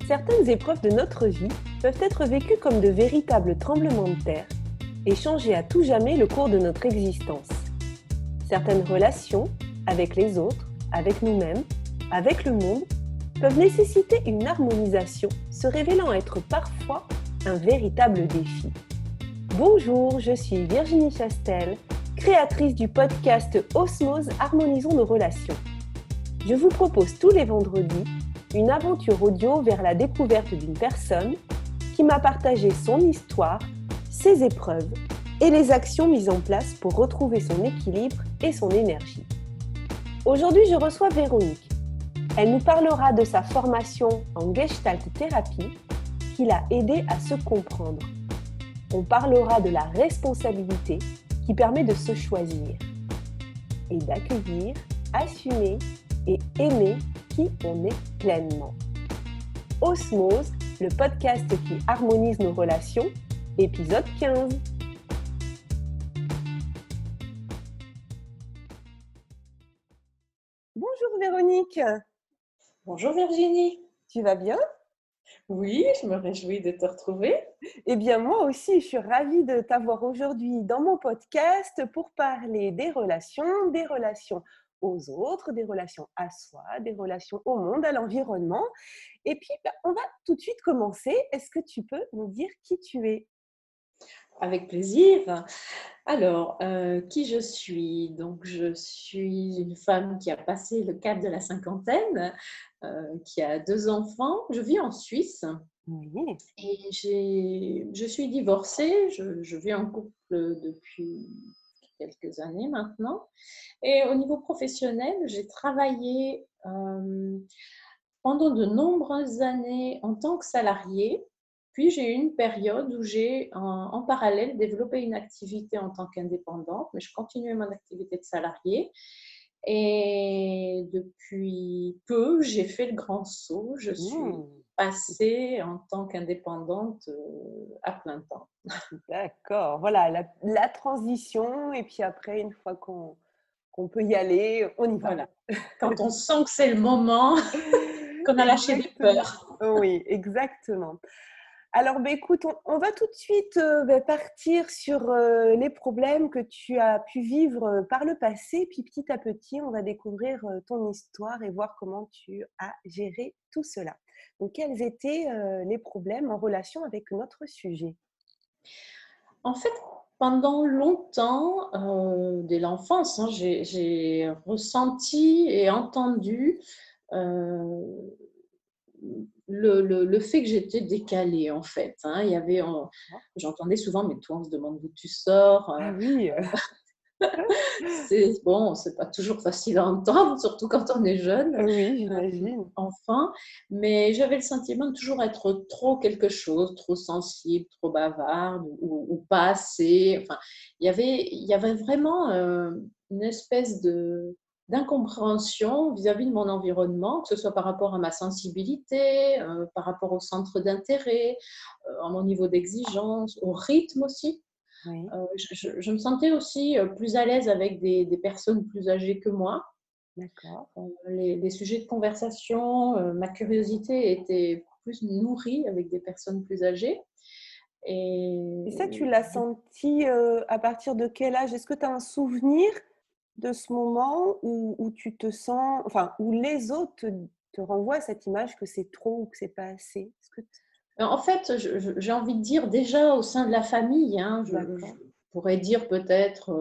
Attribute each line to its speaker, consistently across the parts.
Speaker 1: Certaines épreuves de notre vie peuvent être vécues comme de véritables tremblements de terre et changer à tout jamais le cours de notre existence. Certaines relations, avec les autres, avec nous-mêmes, avec le monde, peuvent nécessiter une harmonisation, se révélant être parfois un véritable défi. Bonjour, je suis Virginie Chastel, créatrice du podcast Osmose Harmonisons nos relations. Je vous propose tous les vendredis une aventure audio vers la découverte d'une personne qui m'a partagé son histoire, ses épreuves et les actions mises en place pour retrouver son équilibre et son énergie. Aujourd'hui, je reçois Véronique. Elle nous parlera de sa formation en Gestalt thérapie qui l'a aidée à se comprendre. On parlera de la responsabilité qui permet de se choisir et d'accueillir, assumer et aimer qui on est pleinement. Osmose, le podcast qui harmonise nos relations, épisode 15. Bonjour Véronique.
Speaker 2: Bonjour Virginie.
Speaker 1: Tu vas bien ?
Speaker 2: Oui, je me réjouis de te retrouver.
Speaker 1: Eh bien, moi aussi, je suis ravie de t'avoir aujourd'hui dans mon podcast pour parler des relations aux autres, des relations à soi, des relations au monde, à l'environnement. Et puis, on va tout de suite commencer. Est-ce que tu peux nous dire qui tu es ?
Speaker 2: Avec plaisir. Alors, qui je suis? Donc, je suis une femme qui a passé le cap de la cinquantaine, qui a 2 enfants. Je vis en Suisse.
Speaker 1: Oui.
Speaker 2: Et je suis divorcée. Je vis en couple depuis quelques années maintenant. Et au niveau professionnel, j'ai travaillé pendant de nombreuses années en tant que salariée. Puis j'ai eu une période où j'ai en parallèle développé une activité en tant qu'indépendante, mais je continuais mon activité de salariée. Et depuis peu, j'ai fait le grand saut. Je suis passée en tant qu'indépendante à plein temps.
Speaker 1: D'accord. Voilà, la transition. Et puis après, une fois qu'on peut y aller, on y va.
Speaker 2: Voilà. Quand on sent que c'est le moment, qu'on a lâché des peurs.
Speaker 1: Oui, exactement. Alors, écoute, on va tout de suite partir sur les problèmes que tu as pu vivre par le passé. Puis petit à petit, on va découvrir ton histoire et voir comment tu as géré tout cela. Donc, quels étaient les problèmes en relation avec notre sujet ?
Speaker 2: En fait, pendant longtemps, dès l'enfance, j'ai ressenti et entendu le fait que j'étais décalée, en fait. Il y avait, j'entendais souvent, mais toi, on se demande d'où tu sors.
Speaker 1: Ah oui.
Speaker 2: C'est pas toujours facile à entendre, surtout quand on est jeune,
Speaker 1: Oui, j'imagine.
Speaker 2: enfant. Mais j'avais le sentiment de toujours être trop quelque chose, trop sensible, trop bavarde ou pas assez. Enfin, il y avait vraiment une espèce d'incompréhension vis-à-vis de mon environnement, que ce soit par rapport à ma sensibilité, par rapport au centre d'intérêt, à mon niveau d'exigence, au rythme aussi.
Speaker 1: Oui.
Speaker 2: Je me sentais aussi plus à l'aise avec des personnes plus âgées que moi.
Speaker 1: D'accord.
Speaker 2: Les sujets de conversation, ma curiosité était plus nourrie avec des personnes plus âgées.
Speaker 1: Et ça, tu l'as senti à partir de quel âge ? Est-ce que tu as un souvenir de ce moment où tu te sens, enfin, où les autres te renvoient cette image que c'est trop ou que c'est pas assez ?
Speaker 2: En fait, j'ai envie de dire déjà au sein de la famille, je pourrais dire peut-être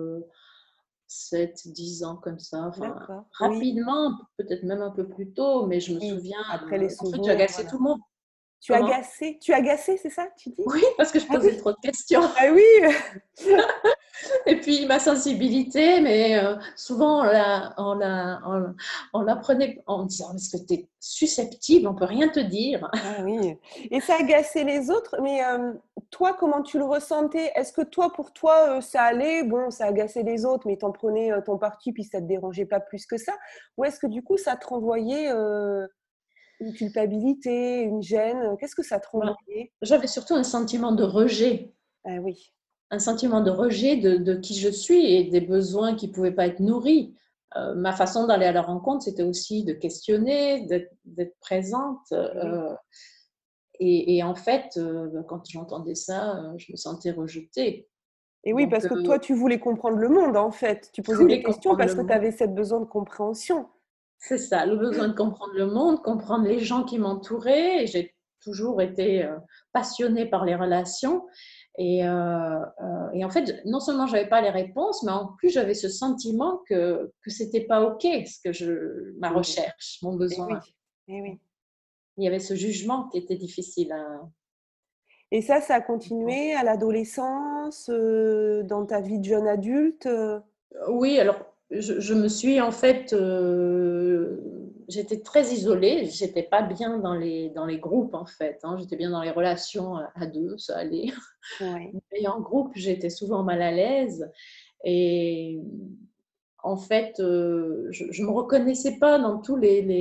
Speaker 2: 7-10 ans comme ça, enfin, rapidement, oui. Peut-être même un peu plus tôt, mais je me souviens,
Speaker 1: après les souvenirs,
Speaker 2: en fait, j'agaçais tout le monde.
Speaker 1: Tu agaçais, c'est ça, tu dis ?
Speaker 2: Oui, parce que je posais trop de questions.
Speaker 1: Ah oui.
Speaker 2: Et puis ma sensibilité, mais souvent on l'apprenait en me disant, est-ce que tu es susceptible, on peut rien te dire.
Speaker 1: Ah oui, et ça agaçait les autres, mais toi, comment tu le ressentais ? Est-ce que pour toi, ça allait ? Bon, ça agaçait les autres, mais t'en prenais ton parti, puis ça te dérangeait pas plus que ça ? Ou est-ce que du coup, ça te renvoyait une culpabilité, une gêne ? Qu'est-ce que ça te renvoyait ?
Speaker 2: J'avais surtout un sentiment de rejet.
Speaker 1: Ah oui.
Speaker 2: Un sentiment de rejet de qui je suis et des besoins qui ne pouvaient pas être nourris. Ma façon d'aller à la rencontre, c'était aussi de questionner, d'être présente.
Speaker 1: Oui.
Speaker 2: Et en fait, quand j'entendais ça, je me sentais rejetée.
Speaker 1: Et oui,
Speaker 2: Donc,
Speaker 1: parce que toi, tu voulais comprendre le monde, en fait. Tu
Speaker 2: je
Speaker 1: posais des
Speaker 2: voulais
Speaker 1: questions
Speaker 2: comprendre
Speaker 1: parce
Speaker 2: le
Speaker 1: que tu
Speaker 2: monde.
Speaker 1: avais cette besoin de compréhension.
Speaker 2: C'est ça, le besoin de comprendre le monde, comprendre les gens qui m'entouraient. Et j'ai toujours été passionnée par les relations. Et en fait, non seulement j'avais pas les réponses, mais en plus j'avais ce sentiment que c'était pas OK, ma
Speaker 1: Mhm.
Speaker 2: recherche, mon
Speaker 1: Et oui,
Speaker 2: besoin.
Speaker 1: et oui.
Speaker 2: Il y avait ce jugement qui était difficile à
Speaker 1: Et ça a
Speaker 2: comprendre.
Speaker 1: continué à l'adolescence, dans ta vie de jeune adulte.
Speaker 2: Oui, alors je me suis en fait, j'étais très isolée, j'étais pas bien dans les groupes en fait, hein. J'étais bien dans les relations à deux, ça allait.
Speaker 1: Ouais.
Speaker 2: Mais en groupe, j'étais souvent mal à l'aise et en fait, je me reconnaissais pas dans tous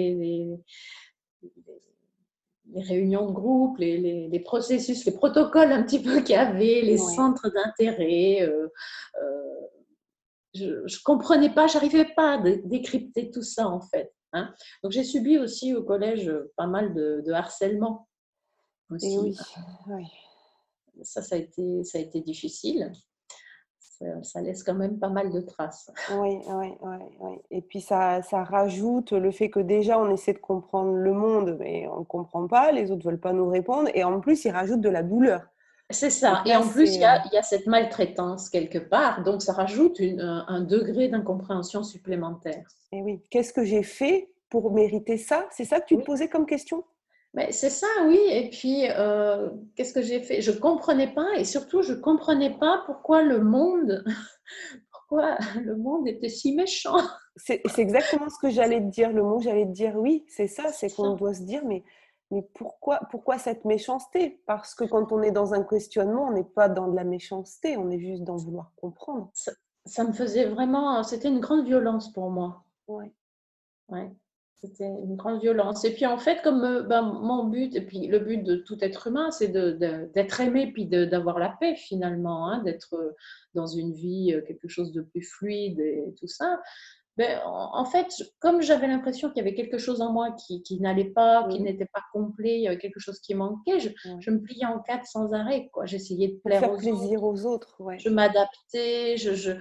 Speaker 2: les réunions de groupe, les processus, les protocoles un petit peu qu'il y avait, les
Speaker 1: Ouais.
Speaker 2: centres d'intérêt. Euh, je ne comprenais pas, j'arrivais pas à décrypter tout ça en fait, hein. Donc j'ai subi aussi au collège pas mal de harcèlement
Speaker 1: Et
Speaker 2: aussi.
Speaker 1: oui, oui.
Speaker 2: Ça a été difficile. Ça laisse quand même pas mal de traces.
Speaker 1: Oui, oui, oui, oui. Et puis ça rajoute le fait que déjà on essaie de comprendre le monde, mais on ne comprend pas, les autres ne veulent pas nous répondre, et en plus ils rajoutent de la douleur.
Speaker 2: C'est
Speaker 1: Donc
Speaker 2: ça. Et
Speaker 1: là,
Speaker 2: en plus,
Speaker 1: c'est...
Speaker 2: il y a cette maltraitance quelque part, donc ça rajoute un degré d'incompréhension supplémentaire.
Speaker 1: Et oui, qu'est-ce que j'ai fait pour mériter ça? C'est ça que tu te
Speaker 2: Oui,
Speaker 1: posais comme question?
Speaker 2: mais c'est ça, oui. Et puis, qu'est-ce que j'ai fait? Je comprenais pas, et surtout, je comprenais pas pourquoi le monde, pourquoi le monde était si méchant.
Speaker 1: C'est exactement ce que j'allais te dire, le mot que j'allais te dire, oui, c'est ça,
Speaker 2: C'est
Speaker 1: c'est qu'on
Speaker 2: ça.
Speaker 1: doit se dire, mais pourquoi cette méchanceté? Parce que quand on est dans un questionnement, on n'est pas dans de la méchanceté, on est juste dans vouloir comprendre.
Speaker 2: Ça, ça me faisait vraiment, c'était une grande violence pour moi.
Speaker 1: Ouais.
Speaker 2: Ouais, c'était une grande violence. Et puis en fait, comme ben, mon but, et puis le but de tout être humain, c'est d'être aimé, puis d'avoir la paix finalement, hein, d'être dans une vie, quelque chose de plus fluide et tout ça. Ben, en fait, comme j'avais l'impression qu'il y avait quelque chose en moi qui n'allait pas, qui
Speaker 1: Mhm.
Speaker 2: n'était pas complet, il y avait quelque chose qui manquait,
Speaker 1: Ouais.
Speaker 2: je me pliais en quatre sans arrêt, quoi. J'essayais de
Speaker 1: Pour
Speaker 2: plaire
Speaker 1: faire
Speaker 2: aux autres,
Speaker 1: plaisir aux autres, ouais.
Speaker 2: je m'adaptais,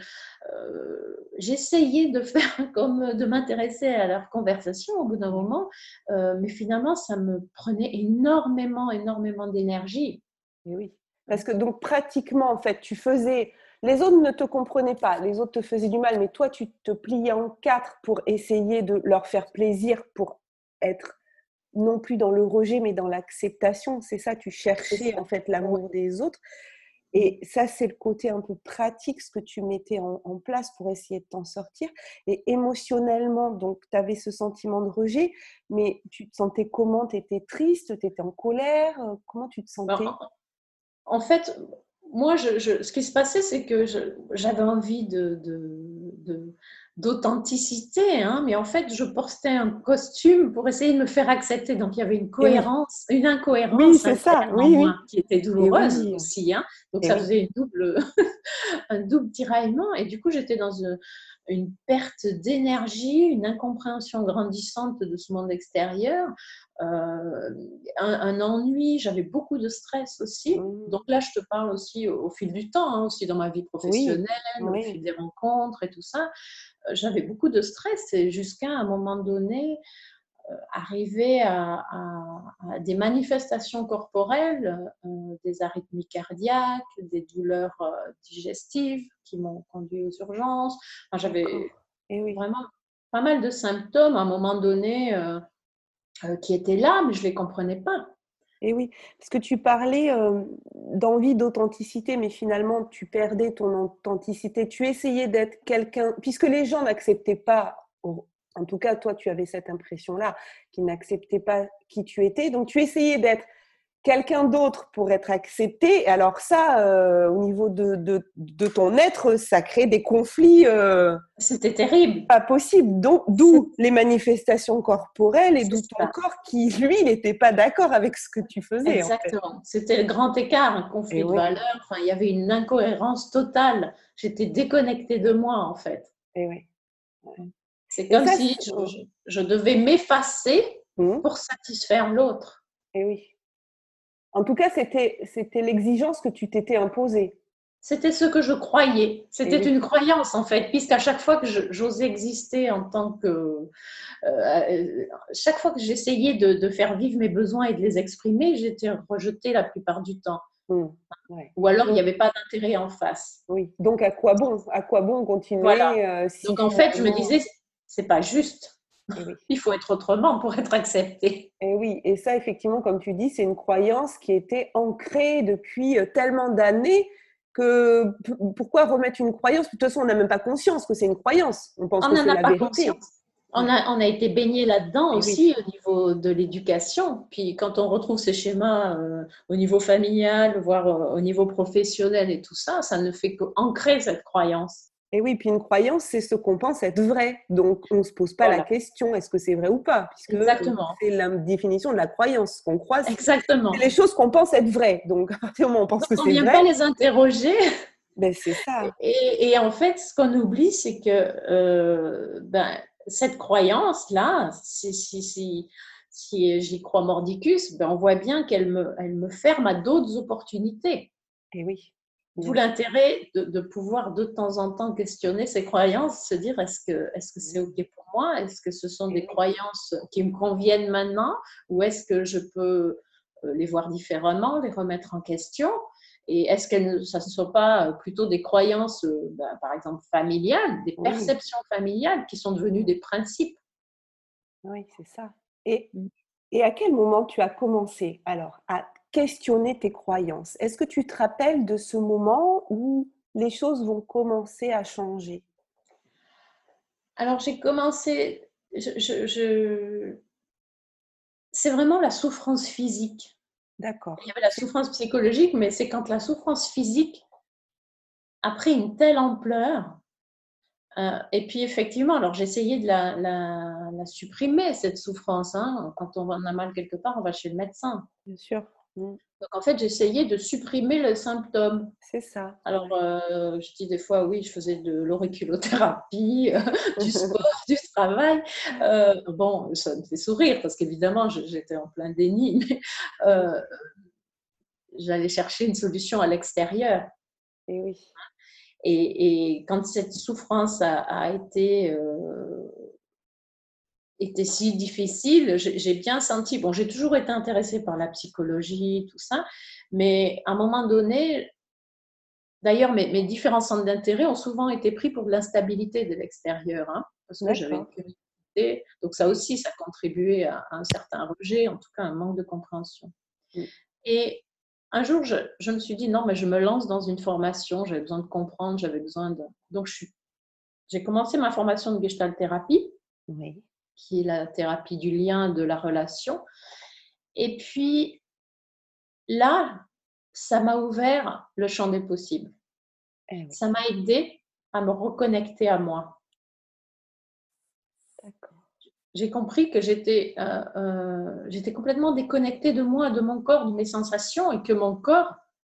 Speaker 2: j'essayais de faire comme de m'intéresser à leur conversation au bout d'un
Speaker 1: Ouais.
Speaker 2: moment, mais finalement, ça me prenait énormément, énormément d'énergie.
Speaker 1: Et oui. Parce que donc pratiquement, en fait, tu faisais... Les autres ne te comprenaient pas, les autres te faisaient du mal, mais toi, tu te pliais en quatre pour essayer de leur faire plaisir, pour être non plus dans le rejet, mais dans l'acceptation. C'est ça, tu
Speaker 2: C'est
Speaker 1: cherchais
Speaker 2: ça.
Speaker 1: en fait
Speaker 2: Ouais.
Speaker 1: l'amour des autres. Et ça, c'est le côté un peu pratique, ce que tu mettais en place pour essayer de t'en sortir. Et émotionnellement, donc, tu avais ce sentiment de rejet, mais tu te sentais comment? Tu étais triste, tu étais en colère? Comment tu te
Speaker 2: Ben,
Speaker 1: sentais?
Speaker 2: en fait, moi, ce qui se passait, c'est que j'avais envie d'authenticité, hein, mais en fait, je portais un costume pour essayer de me faire accepter. Donc, il y avait
Speaker 1: Et oui,
Speaker 2: une
Speaker 1: oui,
Speaker 2: incohérence
Speaker 1: c'est ça,
Speaker 2: interne en
Speaker 1: oui,
Speaker 2: moi
Speaker 1: oui.
Speaker 2: qui était
Speaker 1: Et
Speaker 2: douloureuse
Speaker 1: oui,
Speaker 2: aussi, hein. Donc,
Speaker 1: et
Speaker 2: ça
Speaker 1: oui.
Speaker 2: faisait un double tiraillement. Et du coup, j'étais dans une perte d'énergie, une incompréhension grandissante de ce monde extérieur, un ennui. J'avais beaucoup de stress aussi.
Speaker 1: Mmh.
Speaker 2: Donc là, je te parle aussi au fil du temps, hein, aussi dans ma vie
Speaker 1: Oui,
Speaker 2: professionnelle, au
Speaker 1: oui.
Speaker 2: fil des rencontres et tout ça. J'avais beaucoup de stress et jusqu'à un moment donné, arriver à des manifestations corporelles, des arythmies cardiaques, des douleurs digestives qui m'ont conduit aux urgences. Enfin, j'avais
Speaker 1: D'accord. Et oui.
Speaker 2: vraiment pas mal de symptômes à un moment donné qui étaient là, mais je ne les comprenais pas.
Speaker 1: Et oui, parce que tu parlais d'envie d'authenticité, mais finalement, tu perdais ton authenticité. Tu essayais d'être quelqu'un, puisque les gens n'acceptaient pas, en tout cas, toi, tu avais cette impression-là, qu'ils n'acceptaient pas qui tu étais. Donc, tu essayais d'être quelqu'un d'autre pour être accepté. Alors ça, au niveau de ton être, ça crée des conflits
Speaker 2: C'était terrible.
Speaker 1: pas possibles.
Speaker 2: C'est
Speaker 1: D'où les manifestations corporelles et
Speaker 2: c'est
Speaker 1: d'où ton
Speaker 2: ça.
Speaker 1: corps qui, lui, n'était pas d'accord avec ce que tu faisais, en fait.
Speaker 2: Exactement. C'était le grand écart, un
Speaker 1: Et
Speaker 2: conflit de
Speaker 1: oui,
Speaker 2: valeurs. Enfin, il y avait une incohérence totale. J'étais déconnectée de moi, en fait.
Speaker 1: et oui. Ouais.
Speaker 2: C'est
Speaker 1: Et
Speaker 2: comme
Speaker 1: ça,
Speaker 2: si je devais m'effacer
Speaker 1: Mmh.
Speaker 2: pour satisfaire l'autre.
Speaker 1: Et oui. En tout cas, c'était l'exigence que tu t'étais imposée.
Speaker 2: C'était ce que je croyais.
Speaker 1: Et
Speaker 2: C'était
Speaker 1: oui.
Speaker 2: une croyance, en fait, puisqu'à chaque fois que j'osais exister en tant que… chaque fois que j'essayais de faire vivre mes besoins et de les exprimer, j'étais rejetée la plupart du temps.
Speaker 1: Mmh. Ouais.
Speaker 2: Ou alors, il n'y
Speaker 1: Donc,
Speaker 2: avait pas d'intérêt en face.
Speaker 1: oui. Donc, à quoi bon? À quoi bon
Speaker 2: Voilà.
Speaker 1: continuer si
Speaker 2: Donc, en fait, je me
Speaker 1: finalement…
Speaker 2: disais, c'est pas juste.
Speaker 1: Et oui.
Speaker 2: Il faut être autrement pour être accepté.
Speaker 1: Et oui. Et ça, effectivement, comme tu dis, c'est une croyance qui était ancrée depuis tellement d'années que pourquoi remettre une croyance? De toute façon, on n'a même pas conscience que c'est une croyance. On pense
Speaker 2: On
Speaker 1: que
Speaker 2: n'en
Speaker 1: c'est
Speaker 2: a
Speaker 1: la
Speaker 2: pas
Speaker 1: vérité.
Speaker 2: conscience.
Speaker 1: Ouais.
Speaker 2: On a été baigné là-dedans
Speaker 1: Et oui.
Speaker 2: aussi au niveau de l'éducation. Puis quand on retrouve ces schémas au niveau familial, voire au niveau professionnel et tout ça, ça ne fait qu'ancrer cette croyance.
Speaker 1: Et oui, puis une croyance, c'est ce qu'on pense être vrai. Donc, on ne se pose pas la
Speaker 2: Voilà,
Speaker 1: question, est-ce que c'est vrai ou pas? Puisque
Speaker 2: exactement.
Speaker 1: c'est la définition de la croyance. Ce qu'on croit, c'est
Speaker 2: Exactement.
Speaker 1: les choses qu'on pense être vraies. Donc, à partir du moment où on pense
Speaker 2: Donc
Speaker 1: que
Speaker 2: on ne
Speaker 1: c'est
Speaker 2: vient
Speaker 1: vrai,
Speaker 2: pas les interroger.
Speaker 1: ben c'est ça.
Speaker 2: Et en fait, ce qu'on oublie, c'est que cette croyance-là, si j'y crois mordicus, ben, on voit bien elle me ferme à d'autres opportunités.
Speaker 1: Et oui,
Speaker 2: Tout
Speaker 1: bien sûr.
Speaker 2: l'intérêt de pouvoir de temps en temps questionner ces croyances, se dire est-ce que c'est OK pour moi? Est-ce que ce sont
Speaker 1: Et
Speaker 2: des
Speaker 1: oui,
Speaker 2: croyances qui me conviennent maintenant? Ou est-ce que je peux les voir différemment, les remettre en question? Et est-ce que ça ne sont pas plutôt des croyances, par exemple, familiales, des
Speaker 1: oui,
Speaker 2: perceptions familiales qui sont devenues des principes?
Speaker 1: oui, c'est ça. Et, et à quel moment tu as commencé alors à questionner tes croyances? Est-ce que tu te rappelles de ce moment où les choses vont commencer à changer?
Speaker 2: Alors, j'ai commencé, c'est vraiment la souffrance physique. Il y
Speaker 1: D'accord.
Speaker 2: avait la souffrance psychologique, mais c'est quand la souffrance physique a pris une telle ampleur. Et puis effectivement, alors j'essayais de la supprimer, cette souffrance. Hein. Quand on a mal quelque part, on va chez le médecin.
Speaker 1: Bien sûr. Mmh.
Speaker 2: Donc en fait, j'essayais de supprimer le symptôme.
Speaker 1: C'est ça,
Speaker 2: Alors,
Speaker 1: ouais.
Speaker 2: je dis des fois, oui, je faisais de l'auriculothérapie, du sport, du travail. Bon, ça me fait sourire parce qu'évidemment, j'étais en plein déni, mais euh, j'allais chercher une solution à l'extérieur.
Speaker 1: Et oui.
Speaker 2: Et quand cette souffrance a été si difficile, j'ai bien senti, bon, j'ai toujours été intéressée par la psychologie, tout ça, mais à un moment donné, d'ailleurs, mes différents centres d'intérêt ont souvent été pris pour de l'instabilité de l'extérieur, hein, parce que j'avais une
Speaker 1: D'accord.
Speaker 2: curiosité. Donc ça aussi, ça contribuait à un certain rejet, en tout cas un manque de compréhension.
Speaker 1: Mmh.
Speaker 2: Et un jour, je me suis dit, non, mais je me lance dans une formation, j'avais besoin de comprendre, j'avais besoin de… Donc j'ai commencé ma formation de Gestalt thérapie,
Speaker 1: Oui.
Speaker 2: qui est la thérapie du lien, de la relation. Et puis là, ça m'a ouvert le champ des possibles.
Speaker 1: Eh oui.
Speaker 2: Ça m'a aidé à me reconnecter à moi.
Speaker 1: D'accord.
Speaker 2: J'ai compris que j'étais complètement déconnectée de moi, de mon corps, de mes sensations, et que mon corps,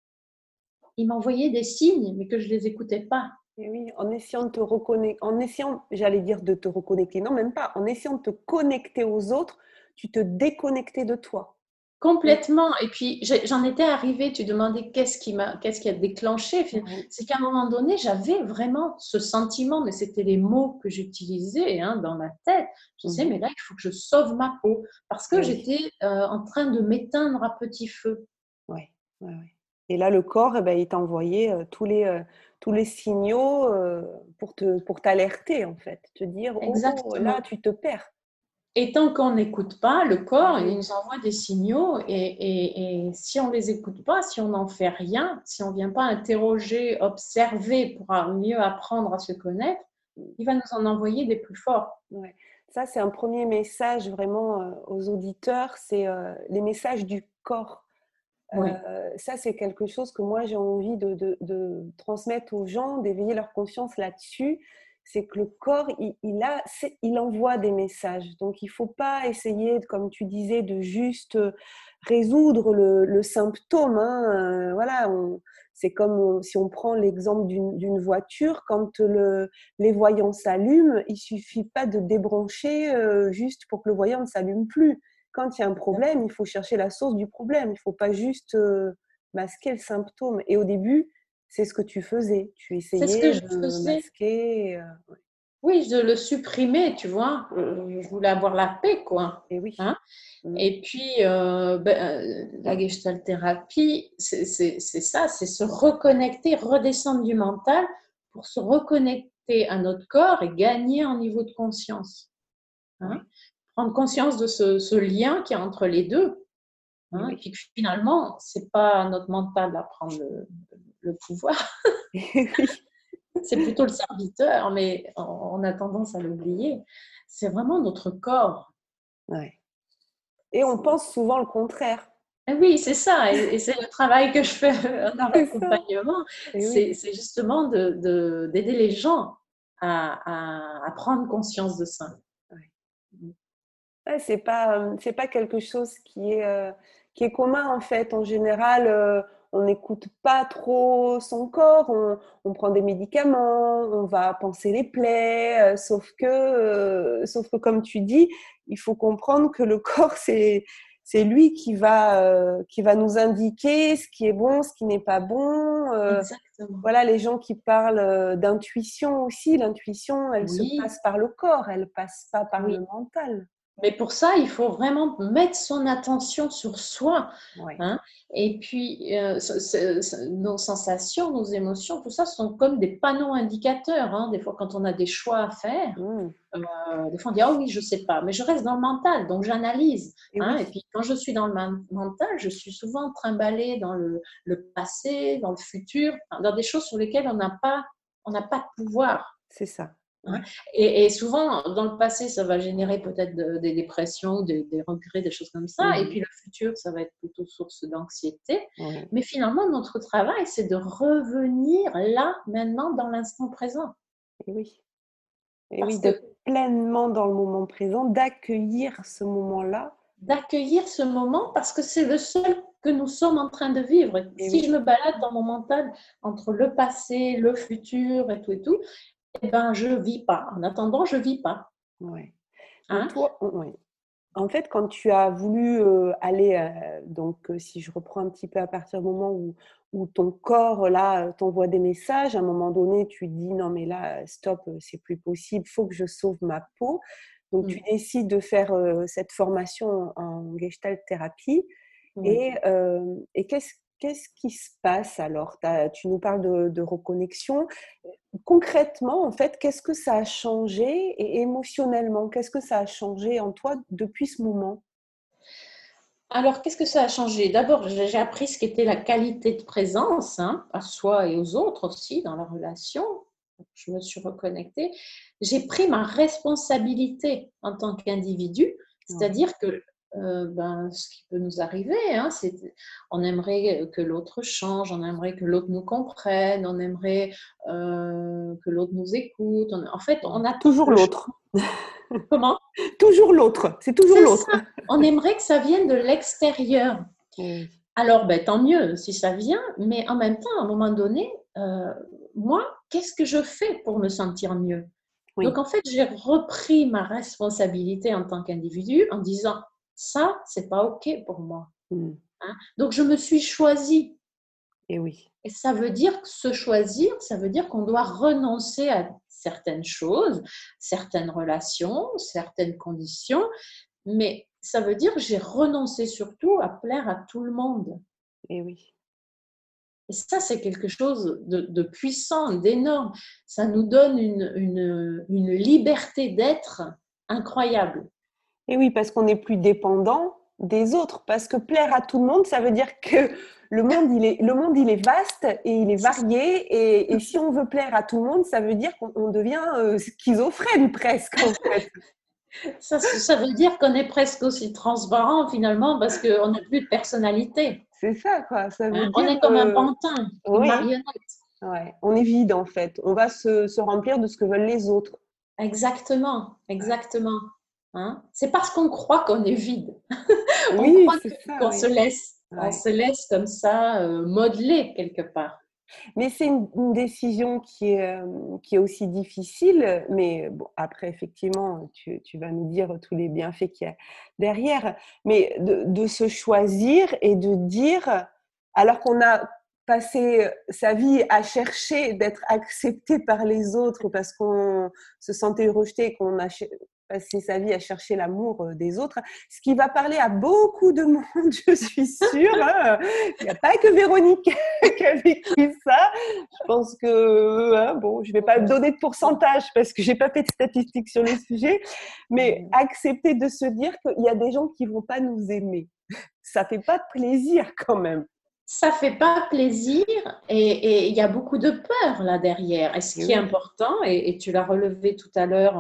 Speaker 2: il m'envoyait des signes, mais que je ne les écoutais pas.
Speaker 1: Et oui, en essayant de te reconnecter, en essayant, j'allais dire de te reconnecter, non, même pas, en essayant de te connecter aux autres, tu te déconnectais de toi. Et
Speaker 2: Complètement. Et puis, j'en étais arrivée, tu demandais qu'est-ce qui a déclenché.
Speaker 1: oui.
Speaker 2: C'est qu'à un moment donné, j'avais vraiment ce sentiment, mais c'était les mots que j'utilisais hein, dans ma tête. Je disais,
Speaker 1: Mhm.
Speaker 2: mais là, il faut que je sauve ma peau parce que
Speaker 1: Et oui,
Speaker 2: j'étais en train de m'éteindre à petit feu.
Speaker 1: ouais, ouais, ouais. Et là, le corps, eh ben, il t'a envoyé tous les signaux pour t'alerter, en fait. Te dire, oh, là,
Speaker 2: Exactement.
Speaker 1: tu te perds.
Speaker 2: Et tant qu'on n'écoute pas, le
Speaker 1: Eh
Speaker 2: corps, il
Speaker 1: oui,
Speaker 2: nous envoie des signaux et si on ne les écoute pas, si on n'en fait rien, si on ne vient pas interroger, observer pour mieux apprendre à se connaître, il va nous en envoyer des plus forts.
Speaker 1: ouais. Ça, c'est un premier message vraiment aux auditeurs, c'est les messages du corps.
Speaker 2: Oui,
Speaker 1: Ça, c'est quelque chose que moi, j'ai envie de transmettre aux gens, d'éveiller leur conscience là-dessus. C'est que le corps, il envoie des messages. Donc, il ne faut pas essayer, comme tu disais, de juste résoudre le symptôme. Hein. Voilà, C'est comme si on prend l'exemple d'une voiture, quand les voyants s'allument, il suffit pas de débrancher juste pour que le voyant ne s'allume plus. Quand il y a un problème, il faut chercher la source du problème. Il faut pas juste masquer le symptôme. Et au début, c'est ce que tu faisais. Tu
Speaker 2: C'est ce que
Speaker 1: essayais
Speaker 2: je
Speaker 1: de
Speaker 2: faisais.
Speaker 1: masquer.
Speaker 2: Oui, de le supprimer, tu vois. Je voulais avoir la paix, quoi.
Speaker 1: Et oui.
Speaker 2: Hein. Et puis, la gestalt thérapie, c'est ça, c'est se reconnecter, redescendre du mental pour se reconnecter à notre corps et gagner en niveau de conscience. Hein.
Speaker 1: Oui.
Speaker 2: Prendre conscience de ce lien qui est entre les deux. Hein. Et puis que finalement, c'est pas notre mental à prendre le pouvoir.
Speaker 1: Oui.
Speaker 2: C'est plutôt le serviteur, mais on a tendance à l'oublier. C'est vraiment notre corps.
Speaker 1: Ouais. Et on pense souvent le contraire.
Speaker 2: Et oui, c'est ça. Et c'est le travail que je fais dans
Speaker 1: C'est ça.
Speaker 2: l'accompagnement.
Speaker 1: Et oui.
Speaker 2: C'est justement d'aider les gens à prendre conscience de ça.
Speaker 1: Ouais, c'est pas quelque chose qui est commun en fait. En général, on n'écoute pas trop son corps, on prend des médicaments, on va panser les plaies, sauf que comme tu dis, il faut comprendre que le corps, c'est lui qui va nous indiquer ce qui est bon, ce qui n'est pas bon.
Speaker 2: Exactement.
Speaker 1: Voilà, les gens qui parlent d'intuition aussi, l'intuition, elle se
Speaker 2: Oui,
Speaker 1: passe par le corps, elle passe pas par
Speaker 2: oui.
Speaker 1: le mental.
Speaker 2: Mais pour ça, il faut vraiment mettre son attention sur soi.
Speaker 1: Ouais.
Speaker 2: Hein. Et puis, nos sensations, nos émotions, tout ça sont comme des panneaux indicateurs. Hein. Des fois, quand on a des choix à faire, des fois on dit « Ah oui, je ne sais pas », mais je reste dans le mental, donc j'analyse.
Speaker 1: Et
Speaker 2: Hein.
Speaker 1: oui.
Speaker 2: Et puis, quand je suis dans le mental, je suis souvent trimballée dans le passé, dans le futur, dans des choses sur lesquelles on n'a pas de pouvoir.
Speaker 1: C'est ça.
Speaker 2: Hein.
Speaker 1: Ouais.
Speaker 2: Et souvent, dans le passé, ça va générer peut-être des dépressions, des regrets, des choses comme ça. Et puis le futur, ça va être plutôt source d'anxiété.
Speaker 1: Oui.
Speaker 2: Mais finalement, notre travail, c'est de revenir là, maintenant, dans l'instant présent.
Speaker 1: Et oui. Et oui,
Speaker 2: Parce que
Speaker 1: d'être pleinement dans le moment présent, d'accueillir ce moment-là.
Speaker 2: d'accueillir ce moment, parce que c'est le seul que nous sommes en train de vivre.
Speaker 1: Et
Speaker 2: Si
Speaker 1: oui.
Speaker 2: je me balade dans mon mental entre le passé, le futur et tout, eh ben, je ne vis pas. En attendant, je ne vis pas.
Speaker 1: Ouais. Donc
Speaker 2: Hein.
Speaker 1: toi, ouais. En fait, quand tu as voulu aller, donc si je reprends un petit peu à partir du moment où ton corps là t'envoie des messages, à un moment donné, tu dis non mais là stop, c'est plus possible, faut que je sauve ma peau. Donc tu
Speaker 2: Mm.
Speaker 1: décides de faire cette formation en gestalt thérapie.
Speaker 2: Oui.
Speaker 1: Et qu'est-ce qui se passe alors? Tu nous parles de reconnexion. Concrètement, en fait, qu'est-ce que ça a changé et émotionnellement, qu'est-ce que ça a changé en toi depuis ce moment?
Speaker 2: Alors, qu'est-ce que ça a changé? D'abord, j'ai appris ce qu'était la qualité de présence, hein, à soi et aux autres aussi dans la relation. Je me suis reconnectée. J'ai pris ma responsabilité en tant qu'individu,
Speaker 1: Ouais.
Speaker 2: c'est-à-dire que ce qui peut nous arriver, hein, on aimerait que l'autre change, on aimerait que l'autre nous comprenne, on aimerait que l'autre nous écoute. En fait, on attend
Speaker 1: Toujours
Speaker 2: le
Speaker 1: l'autre.
Speaker 2: changement. Comment?
Speaker 1: Toujours l'autre, c'est toujours
Speaker 2: C'est
Speaker 1: l'autre.
Speaker 2: ça. On aimerait que ça vienne de l'extérieur.
Speaker 1: Eh oui.
Speaker 2: Alors, tant mieux si ça vient, mais en même temps, à un moment donné, moi, qu'est-ce que je fais pour me sentir mieux? Donc,
Speaker 1: Oui.
Speaker 2: en fait, j'ai repris ma responsabilité en tant qu'individu en disant, ça, c'est pas OK pour moi.
Speaker 1: Mmh.
Speaker 2: Hein. Donc, je me suis choisie.
Speaker 1: Et oui.
Speaker 2: Et ça veut dire que se choisir, ça veut dire qu'on doit renoncer à certaines choses, certaines relations, certaines conditions, mais ça veut dire que j'ai renoncé surtout à plaire à tout le monde.
Speaker 1: Et oui.
Speaker 2: Et ça, c'est quelque chose de puissant, d'énorme. Ça nous donne une liberté d'être incroyable.
Speaker 1: Et oui, parce qu'on n'est plus dépendant des autres. Parce que plaire à tout le monde, ça veut dire que le monde, il est vaste et il est varié. Et si on veut plaire à tout le monde, ça veut dire qu'on devient schizophrène presque, en fait.
Speaker 2: Ça veut dire qu'on est presque aussi transparent finalement parce qu'on n'a plus de personnalité.
Speaker 1: C'est ça, quoi. Ça veut
Speaker 2: Hein. On
Speaker 1: dire,
Speaker 2: est comme un pantin, une
Speaker 1: oui,
Speaker 2: marionnette.
Speaker 1: ouais, on est vide, en fait. On va se remplir de ce que veulent les autres.
Speaker 2: Exactement, exactement. Hein. C'est parce qu'on croit qu'on est vide. On
Speaker 1: Oui,
Speaker 2: croit
Speaker 1: c'est ça,
Speaker 2: qu'on
Speaker 1: oui.
Speaker 2: se laisse, on
Speaker 1: Ouais.
Speaker 2: se laisse comme ça modeler quelque part.
Speaker 1: Mais c'est une décision qui est aussi difficile. Mais bon, après, effectivement, tu vas nous dire tous les bienfaits qu'il y a derrière. Mais de se choisir et de dire, alors qu'on a passé sa vie à chercher d'être accepté par les autres parce qu'on se sentait rejeté, qu'on a passé sa vie à chercher l'amour des autres, ce qui va parler à beaucoup de monde, je suis sûre. Hein. Il n'y a pas que Véronique qui a vécu ça. Je pense que, hein, bon, je ne vais pas donner de pourcentage parce que je n'ai pas fait de statistiques sur le sujet, mais accepter de se dire qu'il y a des gens qui ne vont pas nous aimer. Ça ne fait pas plaisir quand même.
Speaker 2: Ça fait pas plaisir et il y a beaucoup de peur là derrière. Et ce qui est important, et tu l'as relevé tout à l'heure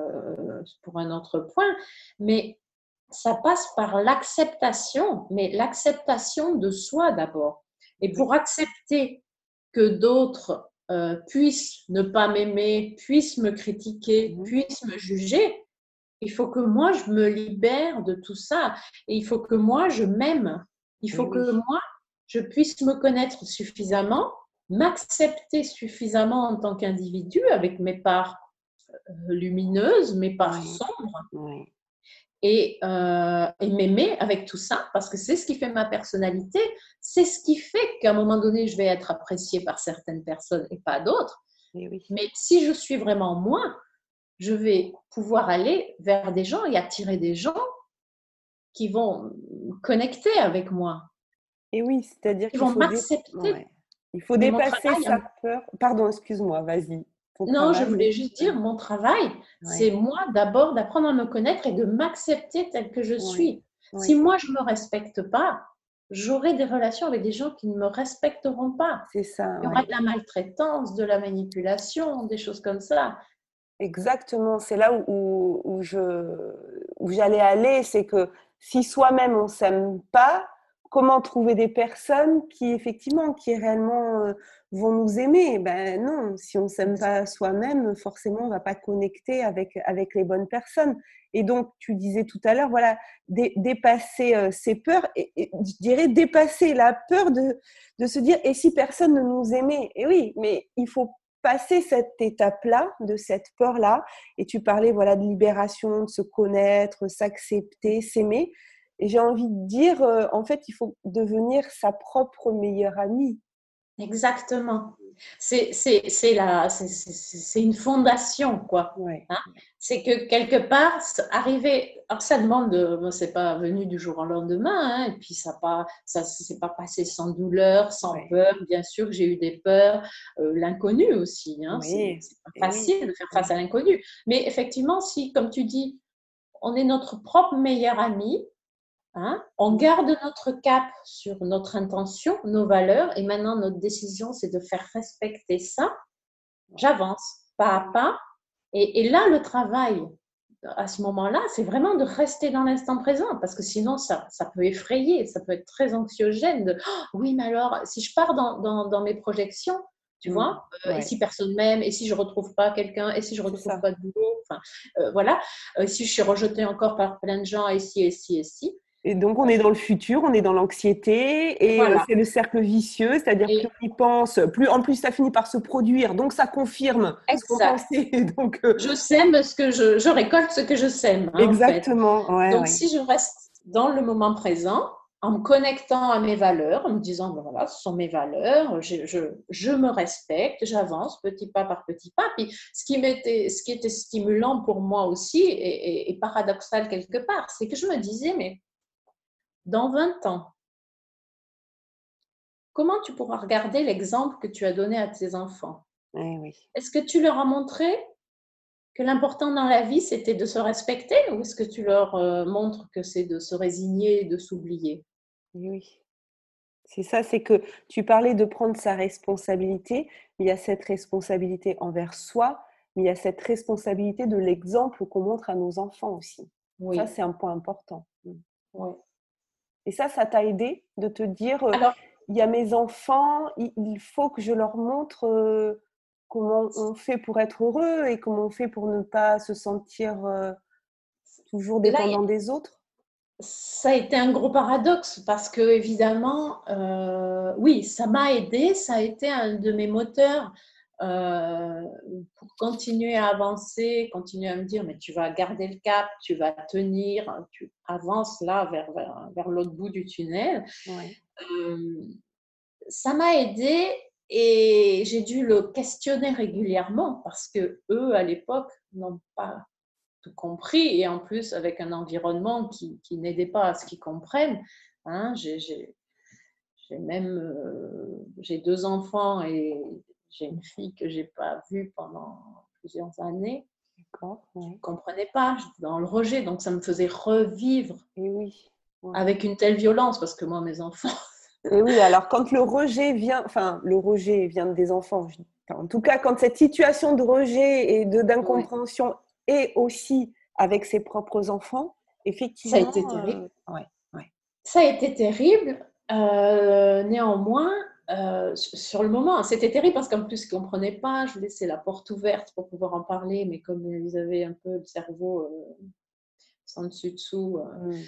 Speaker 2: pour un autre point, mais ça passe par l'acceptation, mais l'acceptation de soi d'abord. Et pour accepter que d'autres puissent ne pas m'aimer, puissent me critiquer, puissent me juger, il faut que moi je me libère de tout ça. Et il faut que moi je m'aime. Il faut que moi je puisse me connaître suffisamment, m'accepter suffisamment en tant qu'individu avec mes parts lumineuses, mes parts sombres, et m'aimer avec tout ça, parce que c'est ce qui fait ma personnalité, c'est ce qui fait qu'à un moment donné, je vais être appréciée par certaines personnes et pas d'autres. Mais si je suis vraiment moi, je vais pouvoir aller vers des gens et attirer des gens qui vont connecter avec moi.
Speaker 1: Et oui, c'est-à-dire
Speaker 2: Ils vont m'accepter.
Speaker 1: Il faut dépasser sa peur. Pardon, excuse-moi, vas-y.
Speaker 2: Non, je voulais juste dire, mon travail, c'est moi d'abord d'apprendre à me connaître et de m'accepter telle que je suis. Si moi, je ne me respecte pas, j'aurai des relations avec des gens qui ne me respecteront pas.
Speaker 1: C'est ça.
Speaker 2: Il y aura de la maltraitance, de la manipulation, des choses comme ça.
Speaker 1: Exactement, c'est là où j'allais aller, c'est que si soi-même on s'aime pas, comment trouver des personnes qui effectivement, qui réellement vont nous aimer? Ben non, si on s'aime pas soi-même, forcément on va pas connecter avec les bonnes personnes. Et donc tu disais tout à l'heure, voilà, dépasser ses peurs et je dirais dépasser la peur de se dire et si personne ne nous aimait? Et oui, mais il faut passer cette étape-là, de cette peur-là, et tu parlais voilà, de libération, de se connaître, s'accepter, s'aimer. Et j'ai envie de dire, en fait, il faut devenir sa propre meilleure amie.
Speaker 2: Exactement. C'est une fondation, quoi. Hein? C'est que quelque part, arriver. Alors, ça demande. C'est pas venu du jour au lendemain, hein, et puis ça s'est pas passé sans douleur, sans peur. Bien sûr que j'ai eu des peurs, l'inconnu aussi. Hein, c'est pas facile de faire face à l'inconnu. Mais effectivement, si, comme tu dis, on est notre propre meilleur ami. Hein? On garde notre cap sur notre intention, nos valeurs, et maintenant notre décision, c'est de faire respecter ça. J'avance pas à pas. Et là, le travail, à ce moment-là, c'est vraiment de rester dans l'instant présent, parce que sinon, ça peut effrayer, ça peut être très anxiogène. Oui, mais alors, si je pars dans mes projections, tu vois, et si personne m'aime, et si je ne retrouve pas quelqu'un, et si je ne retrouve pas de boulot, enfin, voilà, si je suis rejetée encore par plein de gens, et si, et si, et si.
Speaker 1: Et donc, on est dans le futur, on est dans l'anxiété et c'est le cercle vicieux, c'est-à-dire plus on y pense, plus en plus ça finit par se produire, donc ça confirme ce qu'on pensait. Donc,
Speaker 2: je sème ce que je récolte ce que je sème. Hein,
Speaker 1: exactement.
Speaker 2: En fait. Donc, si je reste dans le moment présent, en me connectant à mes valeurs, en me disant, ben voilà, ce sont mes valeurs, je me respecte, j'avance petit pas par petit pas. Puis, ce qui était stimulant pour moi aussi et paradoxal quelque part, c'est que je me disais, mais dans 20 ans, comment tu pourras regarder l'exemple que tu as donné à tes enfants? Est-ce que tu leur as montré que l'important dans la vie, c'était de se respecter ou est-ce que tu leur montres que c'est de se résigner et de s'oublier?
Speaker 1: Oui. C'est ça, c'est que tu parlais de prendre sa responsabilité, mais il y a cette responsabilité envers soi, mais il y a cette responsabilité de l'exemple qu'on montre à nos enfants aussi. Oui. Ça, c'est un point important.
Speaker 2: Oui.
Speaker 1: Et ça t'a aidé de te dire, il y a mes enfants, il faut que je leur montre comment on fait pour être heureux et comment on fait pour ne pas se sentir toujours dépendant des autres?
Speaker 2: Ça a été un gros paradoxe parce que, évidemment, oui, ça m'a aidé, ça a été un de mes moteurs euh, pour continuer à avancer, continuer à me dire, mais tu vas garder le cap, tu vas tenir, tu avances là vers l'autre bout du tunnel.
Speaker 1: Ouais.
Speaker 2: Euh, Ça m'a aidé et j'ai dû le questionner régulièrement parce que eux, à l'époque, n'ont pas tout compris et en plus avec un environnement qui n'aidait pas à ce qu'ils comprennent. Hein, j'ai même j'ai 2 enfants et j'ai une fille que j'ai pas vue pendant plusieurs années.
Speaker 1: D'accord,
Speaker 2: Je ne
Speaker 1: ouais.
Speaker 2: comprenais pas, j'étais dans le rejet, donc ça me faisait revivre
Speaker 1: Et oui, ouais.
Speaker 2: avec une telle violence parce que moi, mes enfants,
Speaker 1: Et oui, alors quand le rejet vient, enfin, le rejet vient des enfants, enfin, en tout cas, quand cette situation de rejet et
Speaker 2: ouais,
Speaker 1: d'incompréhension est aussi avec ses propres enfants,
Speaker 2: ça a
Speaker 1: effectivement,
Speaker 2: été terrible.
Speaker 1: ouais, ouais.
Speaker 2: Ça a été terrible. Néanmoins, sur le moment, c'était terrible parce qu'en plus, ils ne comprenaient pas. Je laissais la porte ouverte pour pouvoir en parler, mais comme ils avaient un peu le cerveau sans dessus-dessous,
Speaker 1: Mm.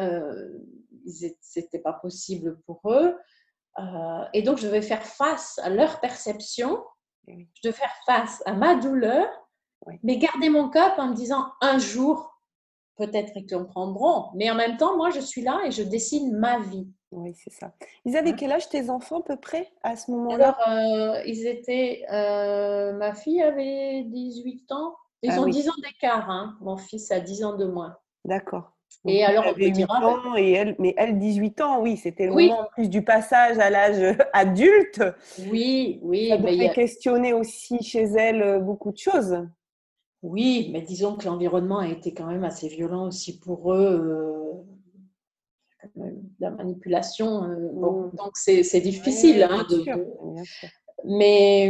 Speaker 2: c'était pas possible pour eux. Et donc, je devais faire face à leur perception,
Speaker 1: Et oui,
Speaker 2: je devais faire face à ma douleur,
Speaker 1: ouais.
Speaker 2: mais garder mon cap en me disant un jour, peut-être ils comprendront. Mais en même temps, moi, je suis là et je dessine ma vie.
Speaker 1: Oui, c'est ça. Ils avaient
Speaker 2: Hein.
Speaker 1: quel âge tes enfants à peu près à ce moment-là?
Speaker 2: Alors, ils étaient, ma fille avait 18 ans. Ils
Speaker 1: Ah
Speaker 2: ont
Speaker 1: oui,
Speaker 2: 10 ans d'écart, hein. Mon fils a 10 ans de moins.
Speaker 1: d'accord. Donc
Speaker 2: Et
Speaker 1: lui
Speaker 2: alors, on
Speaker 1: avait
Speaker 2: peut dire,
Speaker 1: 8
Speaker 2: ah ben,
Speaker 1: ans et elle, mais elle 18 ans, oui, c'était le moment
Speaker 2: oui,
Speaker 1: en plus du passage à l'âge adulte.
Speaker 2: oui,
Speaker 1: Ça
Speaker 2: oui, mais
Speaker 1: devait questionner aussi chez elle beaucoup de choses.
Speaker 2: oui, mais disons que l'environnement a été quand même assez violent aussi pour eux. De la manipulation, bon,
Speaker 1: Mm.
Speaker 2: donc c'est difficile,
Speaker 1: Oui,
Speaker 2: hein,
Speaker 1: bien sûr, bien sûr.
Speaker 2: mais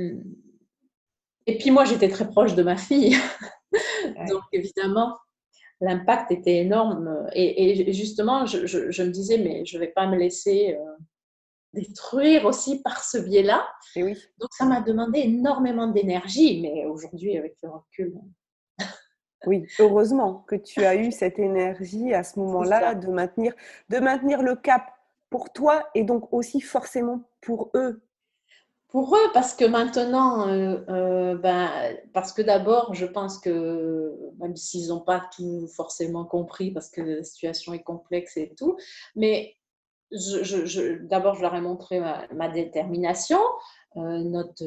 Speaker 2: et puis moi j'étais très proche de ma fille, donc
Speaker 1: Ouais.
Speaker 2: évidemment l'impact était énorme. Et justement, je me disais, mais je ne vais pas me laisser détruire aussi par ce biais-là.
Speaker 1: Et oui,
Speaker 2: Donc, ça m'a demandé énormément d'énergie. Mais aujourd'hui, avec le recul,
Speaker 1: oui. Heureusement que tu as eu cette énergie à ce
Speaker 2: c'est
Speaker 1: moment-là
Speaker 2: ça.
Speaker 1: de maintenir le cap pour toi et donc aussi forcément pour eux.
Speaker 2: Pour eux, parce que maintenant, ben, parce que d'abord, je pense que même s'ils n'ont pas tout forcément compris, parce que la situation est complexe et tout, mais d'abord, je leur ai montré ma détermination, notre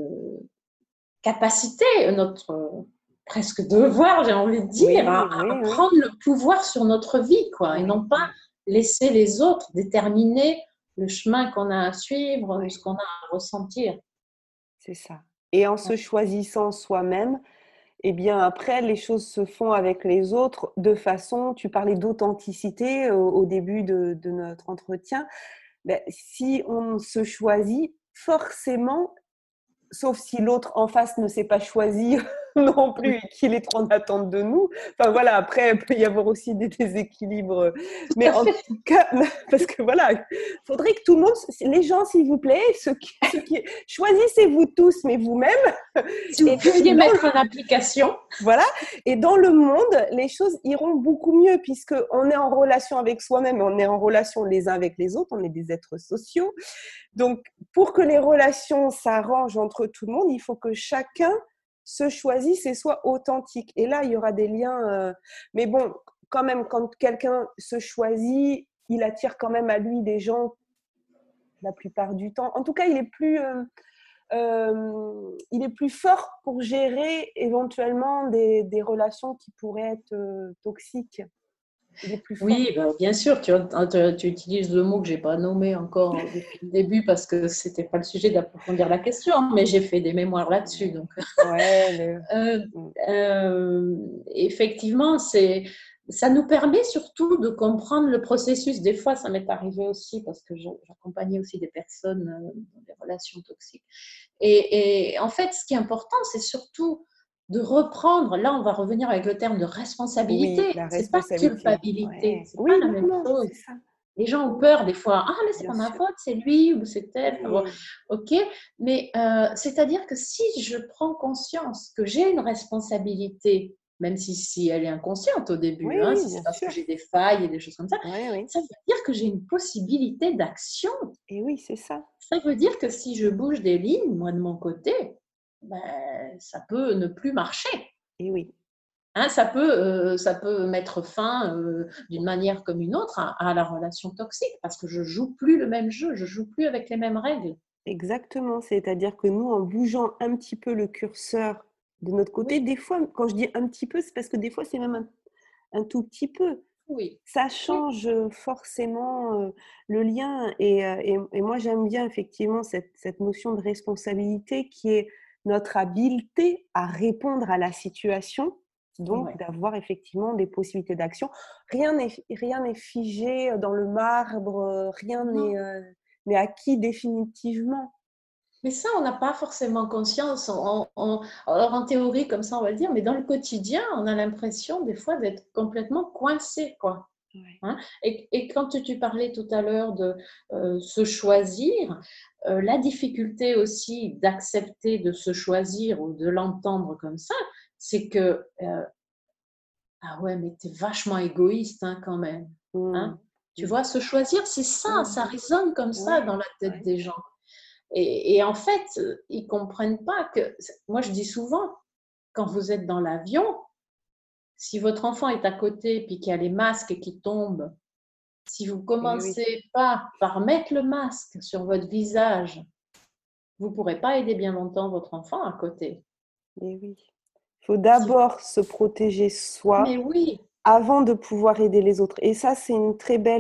Speaker 2: capacité, notre presque devoir, j'ai envie de dire,
Speaker 1: Oui,
Speaker 2: à
Speaker 1: oui, oui.
Speaker 2: prendre le pouvoir sur notre vie, quoi, et
Speaker 1: Oui,
Speaker 2: non pas
Speaker 1: oui,
Speaker 2: laisser les autres déterminer le chemin qu'on a à suivre ou
Speaker 1: oui,
Speaker 2: ce qu'on a à ressentir.
Speaker 1: c'est ça. Et en se choisissant soi-même, eh bien après, les choses se font avec les autres de façon, tu parlais d'authenticité au début de notre entretien. Ben, si on se choisit, forcément, sauf si l'autre en face ne s'est pas choisi non plus et qu'il est trop en attente de nous. Enfin voilà, après, il peut y avoir aussi des déséquilibres.
Speaker 2: Tout
Speaker 1: Mais
Speaker 2: à
Speaker 1: en
Speaker 2: fait.
Speaker 1: tout cas, parce que voilà, il faudrait que tout le monde, les gens, s'il vous plaît, choisissez-vous tous, mais vous-même.
Speaker 2: Si vous
Speaker 1: Et
Speaker 2: pouviez
Speaker 1: dans
Speaker 2: mettre en application,
Speaker 1: voilà. Et dans le monde, les choses iront beaucoup mieux puisqu'on est en relation avec soi-même, on est en relation les uns avec les autres, on est des êtres sociaux. Donc, pour que les relations s'arrangent entre tout le monde, il faut que chacun se choisisse et soit authentique. Et là, il y aura des liens. Mais bon, quand même, quand quelqu'un se choisit, il attire quand même à lui des gens la plupart du temps. En tout cas, il est plus fort pour gérer éventuellement des relations qui pourraient être toxiques. Il est plus fort.
Speaker 2: oui, ben, bien sûr, tu utilises le mot que je n'ai pas nommé encore depuis le début parce que ce n'était pas le sujet d'approfondir la question, mais j'ai fait des mémoires là-dessus. Donc,
Speaker 1: Ouais,
Speaker 2: Euh, effectivement, ça nous permet surtout de comprendre le processus. Des fois, ça m'est arrivé aussi parce que j'accompagnais aussi des personnes dans des relations toxiques. Et en fait, ce qui est important, c'est surtout de reprendre. Là, on va revenir avec le terme de
Speaker 1: oui,
Speaker 2: responsabilité.
Speaker 1: la
Speaker 2: C'est pas
Speaker 1: responsabilité.
Speaker 2: culpabilité.
Speaker 1: Ouais.
Speaker 2: C'est pas
Speaker 1: Oui,
Speaker 2: la
Speaker 1: non,
Speaker 2: même
Speaker 1: non,
Speaker 2: chose.
Speaker 1: c'est ça.
Speaker 2: Les gens ont
Speaker 1: Oui,
Speaker 2: peur des fois. Ah, mais c'est
Speaker 1: bien
Speaker 2: pas ma
Speaker 1: sûr.
Speaker 2: faute, c'est lui ou c'est elle. Enfin, bon,
Speaker 1: Oui,
Speaker 2: ok. Mais c'est-à-dire que si je prends conscience que j'ai une responsabilité même si elle est inconsciente au
Speaker 1: Oui,
Speaker 2: début, hein,
Speaker 1: oui,
Speaker 2: si c'est
Speaker 1: bien
Speaker 2: parce que
Speaker 1: sûr.
Speaker 2: j'ai des failles et des choses comme
Speaker 1: Oui, oui.
Speaker 2: ça veut dire que j'ai une possibilité d'action.
Speaker 1: Et oui, c'est ça.
Speaker 2: Ça veut dire que si je bouge des lignes, moi de mon côté, ben, ça peut ne plus marcher.
Speaker 1: Et oui.
Speaker 2: Hein, ça peut mettre fin d'une manière comme une autre à la relation toxique parce que je joue plus le même jeu, je joue plus avec les mêmes règles.
Speaker 1: Exactement, c'est-à-dire que nous, en bougeant un petit peu le curseur de notre côté,
Speaker 2: Oui,
Speaker 1: des fois, quand je dis un petit peu, c'est parce que des fois, c'est même un tout petit peu.
Speaker 2: oui,
Speaker 1: Ça
Speaker 2: oui,
Speaker 1: change forcément le lien. Et moi, j'aime bien effectivement cette notion de responsabilité qui est notre habileté à répondre à la situation, donc
Speaker 2: ouais.
Speaker 1: d'avoir effectivement des possibilités d'action. Rien n'est figé dans le marbre, rien
Speaker 2: Non.
Speaker 1: n'est acquis définitivement.
Speaker 2: Mais ça, on n'a pas forcément conscience. Alors en théorie, comme ça, on va le dire, mais dans le quotidien, on a l'impression des fois d'être complètement coincé, quoi.
Speaker 1: Ouais.
Speaker 2: Hein. Et quand tu parlais tout à l'heure de se choisir, la difficulté aussi d'accepter de se choisir ou de l'entendre comme ça, c'est que ah ouais, mais t'es vachement égoïste hein, quand même.
Speaker 1: Mmh.
Speaker 2: Hein. Tu
Speaker 1: Mmh.
Speaker 2: vois, se choisir, c'est ça
Speaker 1: Mmh.
Speaker 2: résonne comme ça
Speaker 1: Ouais,
Speaker 2: dans la tête
Speaker 1: ouais.
Speaker 2: des gens. Et en fait, ils comprennent pas que, moi je dis souvent, quand vous êtes dans l'avion, si votre enfant est à côté puis qu'il y a les masques qui tombent, si vous
Speaker 1: Et oui,
Speaker 2: commencez pas par mettre le masque sur votre visage, vous pourrez pas aider bien longtemps votre enfant à côté.
Speaker 1: et oui. Il faut
Speaker 2: Si vous...
Speaker 1: d'abord se protéger
Speaker 2: Mais
Speaker 1: soi
Speaker 2: oui,
Speaker 1: avant de pouvoir aider les autres. Et ça, c'est une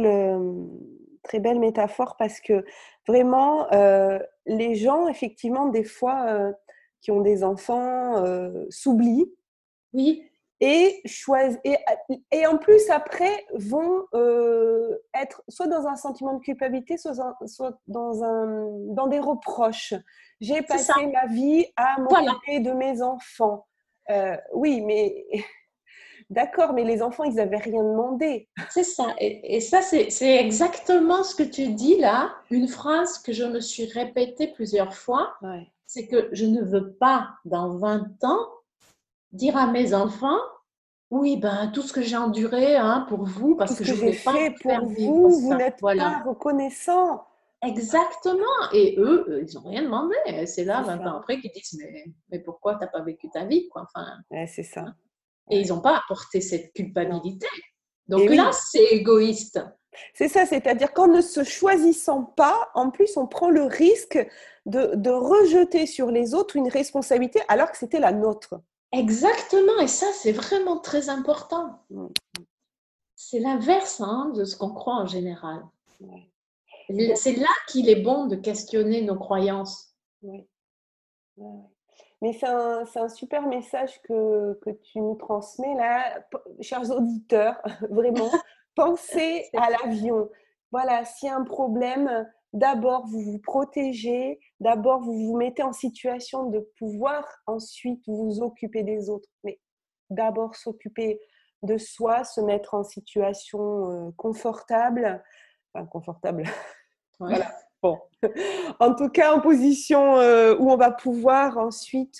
Speaker 1: très belle métaphore parce que vraiment, les gens, effectivement, des fois, qui ont des enfants, s'oublient
Speaker 2: oui,
Speaker 1: et choisissent. Et en plus, après, vont être soit dans un sentiment de culpabilité, soit dans des reproches. J'ai
Speaker 2: c'est ça.
Speaker 1: passé ma vie à
Speaker 2: Voilà,
Speaker 1: m'occuper de mes enfants. Oui, mais d'accord, mais les enfants, ils n'avaient rien demandé.
Speaker 2: c'est ça. Et ça, c'est exactement ce que tu dis là, une phrase que je me suis répétée plusieurs fois,
Speaker 1: Ouais.
Speaker 2: c'est que je ne veux pas, dans 20 ans, dire à mes enfants, oui, ben, tout ce que j'ai enduré hein, pour vous,
Speaker 1: Tout
Speaker 2: parce
Speaker 1: ce
Speaker 2: que
Speaker 1: que
Speaker 2: je ne
Speaker 1: j'ai
Speaker 2: voulais pas
Speaker 1: fait
Speaker 2: vous faire
Speaker 1: pour
Speaker 2: vivre
Speaker 1: vous, vous
Speaker 2: ça.
Speaker 1: n'êtes
Speaker 2: Voilà,
Speaker 1: pas reconnaissant.
Speaker 2: exactement. Et eux, ils n'ont rien demandé. Et c'est là,
Speaker 1: C'est
Speaker 2: 20 ans
Speaker 1: ça.
Speaker 2: après, qu'ils disent, mais pourquoi tu n'as pas vécu ta vie quoi enfin,
Speaker 1: Ouais, c'est
Speaker 2: hein.
Speaker 1: ça.
Speaker 2: Et
Speaker 1: Ouais.
Speaker 2: ils n'ont pas apporté cette
Speaker 1: Non.
Speaker 2: culpabilité.
Speaker 1: Et
Speaker 2: Donc là,
Speaker 1: oui,
Speaker 2: c'est égoïste.
Speaker 1: c'est ça, c'est-à-dire qu'en ne se choisissant pas, en plus, on prend le risque de rejeter sur les autres une responsabilité alors que c'était la nôtre.
Speaker 2: Exactement. Et ça, c'est vraiment très important.
Speaker 1: Mm.
Speaker 2: C'est l'inverse hein, de ce qu'on croit en général.
Speaker 1: Ouais. Donc,
Speaker 2: C'est là qu'il est bon de questionner nos croyances.
Speaker 1: ouais, ouais, ouais. Mais c'est un super message que tu nous transmets là, chers auditeurs, vraiment. Pensez
Speaker 2: C'est
Speaker 1: à
Speaker 2: ça.
Speaker 1: l'avion. Voilà, s'il y a un problème, d'abord vous vous protégez, d'abord vous vous mettez en situation de pouvoir ensuite vous occuper des autres. Mais d'abord s'occuper de soi, se mettre en situation confortable, enfin confortable,
Speaker 2: Ouais.
Speaker 1: voilà. Bon, en tout cas en position où on va pouvoir ensuite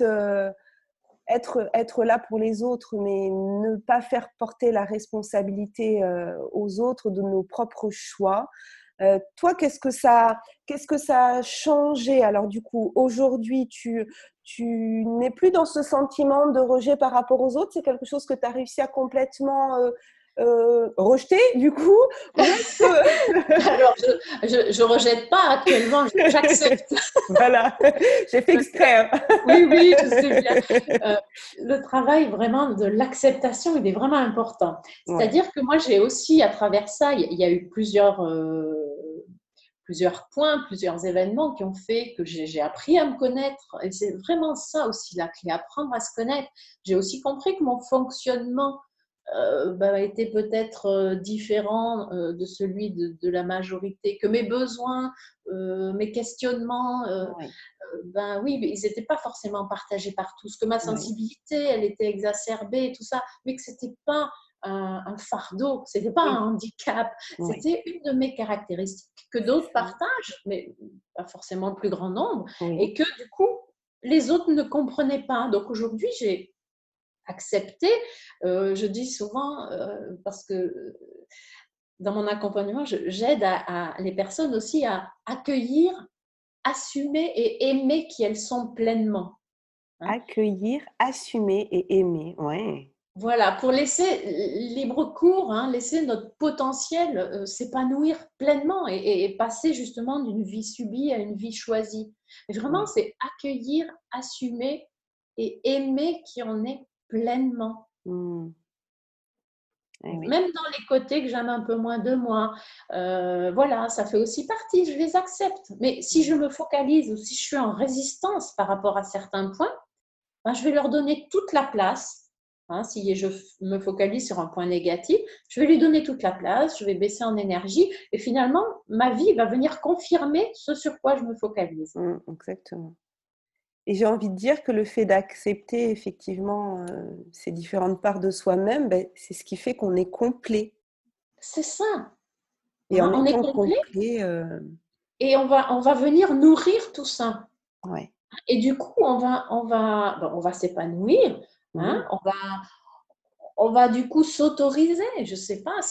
Speaker 1: être là pour les autres, mais ne pas faire porter la responsabilité aux autres de nos propres choix. Toi, qu'est-ce que ça a changé? Alors du coup, aujourd'hui, tu n'es plus dans ce sentiment de rejet par rapport aux autres. C'est quelque chose que tu as réussi à complètement rejeter, du coup? Ou est-ce
Speaker 2: Alors, je rejette pas actuellement, j'accepte.
Speaker 1: voilà, j'ai fait exprès. Hein.
Speaker 2: Oui, oui, je sais bien. Euh, le travail vraiment de l'acceptation, il est vraiment important.
Speaker 1: Ouais,
Speaker 2: C'est-à-dire que moi, j'ai aussi, à travers ça, il y a eu plusieurs points, plusieurs événements qui ont fait que j'ai appris à me connaître. Et c'est vraiment ça aussi la clé, apprendre à se connaître. J'ai aussi compris que mon fonctionnement était peut-être différent de celui de la majorité, que mes besoins, mes questionnements,
Speaker 1: ouais,
Speaker 2: ben oui, mais ils n'étaient pas forcément partagés par tous, que ma
Speaker 1: ouais,
Speaker 2: sensibilité, elle était exacerbée et tout ça, mais que c'était pas un fardeau, c'était pas
Speaker 1: oui,
Speaker 2: un handicap,
Speaker 1: oui,
Speaker 2: c'était une de mes caractéristiques que
Speaker 1: c'est
Speaker 2: d'autres
Speaker 1: ça.
Speaker 2: partagent, mais pas forcément le plus grand nombre,
Speaker 1: Oui,
Speaker 2: et que du coup, les autres ne comprenaient pas. Donc aujourd'hui, accepter. Je dis souvent, parce que dans mon accompagnement, j'aide les personnes aussi à accueillir, assumer et aimer qui elles sont pleinement. Hein.
Speaker 1: Accueillir, assumer et aimer. Ouais.
Speaker 2: Voilà, pour laisser libre cours, hein, laisser notre potentiel s'épanouir pleinement et passer justement d'une vie subie à une vie choisie. Mais vraiment,
Speaker 1: Ouais.
Speaker 2: c'est accueillir, assumer et aimer qui on est pleinement.
Speaker 1: Mmh. Eh oui.
Speaker 2: Même dans les côtés que j'aime un peu moins de moi, voilà, ça fait aussi partie, je les accepte. Mais si je me focalise ou si je suis en résistance par rapport à certains points, ben, je vais leur donner toute la place. Hein, si je me focalise sur un point négatif, je vais lui donner toute la place, je vais baisser en énergie et finalement, ma vie va venir confirmer ce sur quoi je me focalise.
Speaker 1: Exactement. Et j'ai envie de dire que le fait d'accepter effectivement ces différentes parts de soi-même, ben, c'est ce qui fait qu'on est complet.
Speaker 2: C'est ça.
Speaker 1: Et
Speaker 2: Hein,
Speaker 1: en
Speaker 2: on est
Speaker 1: étant
Speaker 2: complet
Speaker 1: complet,
Speaker 2: et on va venir nourrir tout ça.
Speaker 1: ouais.
Speaker 2: Et du coup, on va s'épanouir. Hein,
Speaker 1: Mmh.
Speaker 2: on va du coup s'autoriser. Je ne sais pas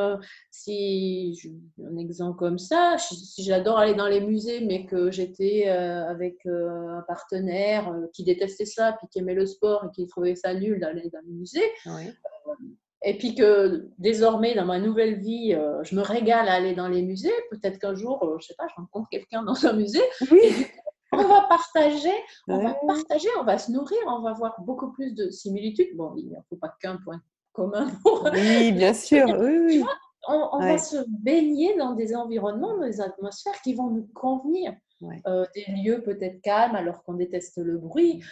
Speaker 2: si un exemple comme ça, si j'adore aller dans les musées, mais que j'étais avec un partenaire qui détestait ça, puis qui aimait le sport et qui trouvait ça nul d'aller dans les musées,
Speaker 1: Ouais.
Speaker 2: et puis que désormais, dans ma nouvelle vie, je me régale à aller dans les musées, peut-être qu'un jour, je ne sais pas, je rencontre quelqu'un dans un musée,
Speaker 1: Oui.
Speaker 2: et du coup, on va partager,
Speaker 1: Ouais.
Speaker 2: on va se nourrir, on va voir beaucoup plus de similitudes. Bon, il ne faut pas qu'un point commun pour.
Speaker 1: Oui, bien
Speaker 2: Je veux
Speaker 1: sûr.
Speaker 2: dire,
Speaker 1: Oui,
Speaker 2: tu
Speaker 1: oui.
Speaker 2: vois, on va
Speaker 1: Ouais.
Speaker 2: se baigner dans des environnements, dans des atmosphères qui vont nous convenir.
Speaker 1: Ouais.
Speaker 2: Des lieux peut-être calmes alors qu'on déteste le bruit.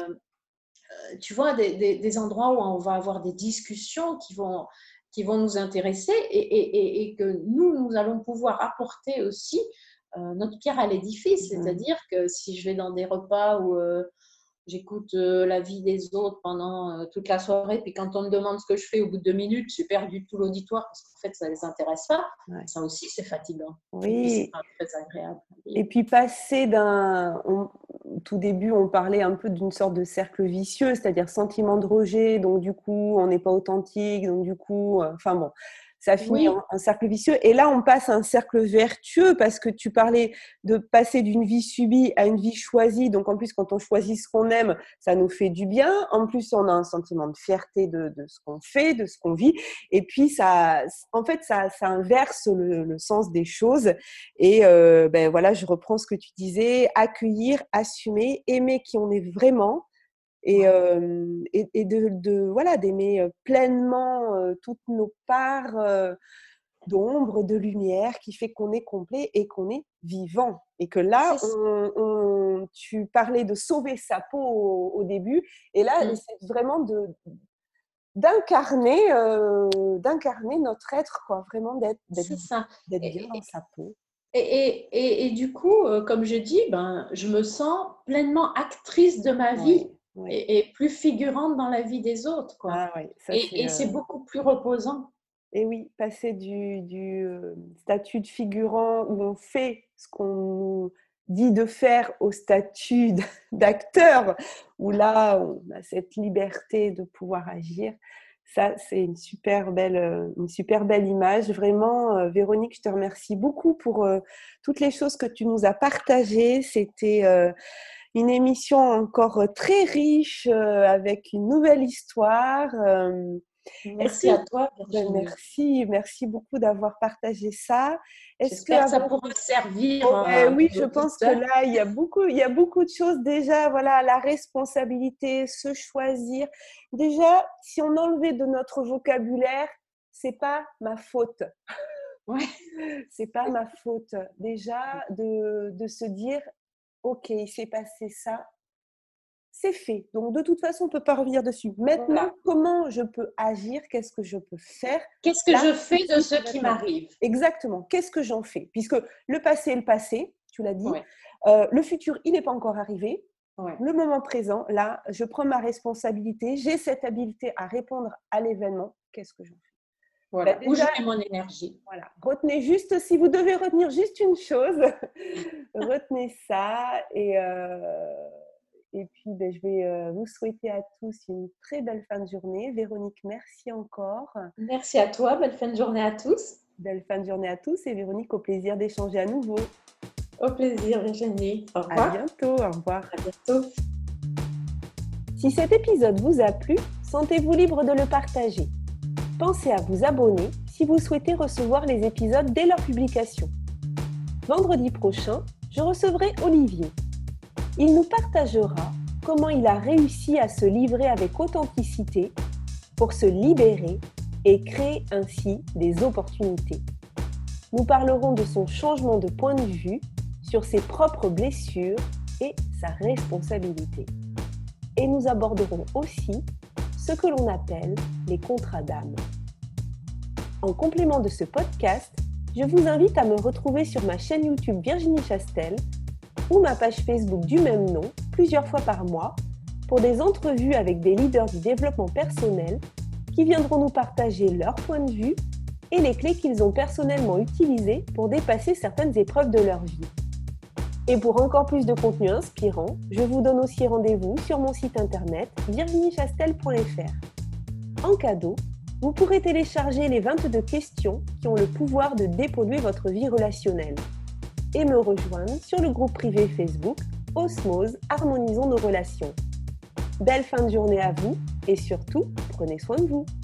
Speaker 2: Tu vois, des endroits où on va avoir des discussions qui vont nous intéresser et que nous allons pouvoir apporter aussi notre pierre à l'édifice.
Speaker 1: Mmh.
Speaker 2: C'est-à-dire que si je vais dans des repas où j'écoute la vie des autres pendant toute la soirée, puis quand on me demande ce que je fais, au bout de 2 minutes, j'ai perdu tout l'auditoire parce qu'en fait, ça ne les intéresse pas.
Speaker 1: Ouais.
Speaker 2: Ça aussi, c'est fatigant. Et puis, c'est
Speaker 1: Oui.
Speaker 2: pas très agréable.
Speaker 1: Et puis passer au tout début, on parlait un peu d'une sorte de cercle vicieux, c'est-à-dire sentiment de rejet, donc du coup, on n'est pas authentique, donc du coup, enfin bon, ça finit
Speaker 2: Oui,
Speaker 1: en cercle vicieux. Et là, on passe à un cercle vertueux parce que tu parlais de passer d'une vie subie à une vie choisie. Donc en plus, quand on choisit ce qu'on aime, ça nous fait du bien. En plus, on a un sentiment de fierté de ce qu'on fait, de ce qu'on vit. Et puis, en fait, ça inverse le sens des choses. Et ben voilà, je reprends ce que tu disais, accueillir, assumer, aimer qui on est vraiment et,
Speaker 2: ouais,
Speaker 1: et voilà, d'aimer pleinement toutes nos parts d'ombre, de lumière qui fait qu'on est complet et qu'on est vivant. Et que là,
Speaker 2: c'est ça.
Speaker 1: tu parlais de sauver sa peau au début, et là,
Speaker 2: Mm.
Speaker 1: c'est vraiment d'incarner notre être, quoi, vraiment
Speaker 2: C'est ça.
Speaker 1: d'être bien dans
Speaker 2: Et,
Speaker 1: sa peau.
Speaker 2: et du coup, comme je dis, ben, je me sens pleinement actrice de ma
Speaker 1: Oui,
Speaker 2: vie
Speaker 1: oui.
Speaker 2: et plus figurante dans la vie des autres, quoi.
Speaker 1: Ah oui, ça c'est,
Speaker 2: Et c'est beaucoup plus reposant.
Speaker 1: et oui, passer statut de figurant où on fait ce qu'on nous dit de faire au statut d'acteur, où là, on a cette liberté de pouvoir agir. Ça, c'est une super belle image. Vraiment, Véronique, je te remercie beaucoup pour toutes les choses que tu nous as partagées. C'était une émission encore très riche, avec une nouvelle histoire. Est-ce que
Speaker 2: Merci à toi, Virginie.
Speaker 1: merci beaucoup d'avoir partagé ça. Est-ce que
Speaker 2: J'espère que ça
Speaker 1: avant
Speaker 2: pourra servir
Speaker 1: oui,
Speaker 2: aux
Speaker 1: je pense que
Speaker 2: auditeurs.
Speaker 1: là, il y a beaucoup de choses déjà, voilà, la responsabilité, se choisir. Déjà, si on enlevait de notre vocabulaire, c'est pas ma faute.
Speaker 2: Ouais.
Speaker 1: C'est pas ma faute. Déjà, de se dire, OK, il s'est passé ça, c'est fait. Donc, de toute façon, on ne peut pas revenir dessus. Maintenant,
Speaker 2: Voilà.
Speaker 1: comment je peux agir? Qu'est-ce que je peux faire?
Speaker 2: Qu'est-ce que
Speaker 1: Là,
Speaker 2: je
Speaker 1: tout de
Speaker 2: fais de
Speaker 1: suite,
Speaker 2: ce qui
Speaker 1: maintenant.
Speaker 2: m'arrive?
Speaker 1: Exactement. Qu'est-ce que j'en fais? Puisque le passé est le passé, tu l'as dit.
Speaker 2: Ouais,
Speaker 1: Le futur, il n'est pas encore arrivé.
Speaker 2: ouais.
Speaker 1: Le moment présent, là, je prends ma responsabilité. J'ai cette habileté à répondre à l'événement. Qu'est-ce que j'en fais? Ben,
Speaker 2: Voilà. Où je
Speaker 1: déjà,
Speaker 2: mets mon énergie?
Speaker 1: voilà. Retenez juste, si vous devez retenir juste une chose, retenez ça. Et puis, je vais vous souhaiter à tous une très belle fin de journée. Véronique, merci encore.
Speaker 2: Merci à toi. Belle fin de journée à tous.
Speaker 1: Belle fin de journée à tous. Et Véronique, au plaisir d'échanger à nouveau.
Speaker 2: Au plaisir, Virginie. Au revoir.
Speaker 1: À bientôt. Au revoir.
Speaker 2: À bientôt.
Speaker 1: Si cet épisode vous a plu, sentez-vous libre de le partager. Pensez à vous abonner si vous souhaitez recevoir les épisodes dès leur publication. Vendredi prochain, je recevrai Olivier. Il nous partagera comment il a réussi à se livrer avec authenticité pour se libérer et créer ainsi des opportunités. Nous parlerons de son changement de point de vue sur ses propres blessures et sa responsabilité. Et nous aborderons aussi ce que l'on appelle les contrats d'âme. En complément de ce podcast, je vous invite à me retrouver sur ma chaîne YouTube Virginie Chastel ou ma page Facebook du même nom plusieurs fois par mois pour des entrevues avec des leaders du développement personnel qui viendront nous partager leur point de vue et les clés qu'ils ont personnellement utilisées pour dépasser certaines épreuves de leur vie. Et pour encore plus de contenu inspirant, je vous donne aussi rendez-vous sur mon site internet virginiechastel.fr. En cadeau, vous pourrez télécharger les 22 questions qui ont le pouvoir de dépolluer votre vie relationnelle et me rejoindre sur le groupe privé Facebook Osmose, harmonisons nos relations. Belle fin de journée à vous et surtout, prenez soin de vous.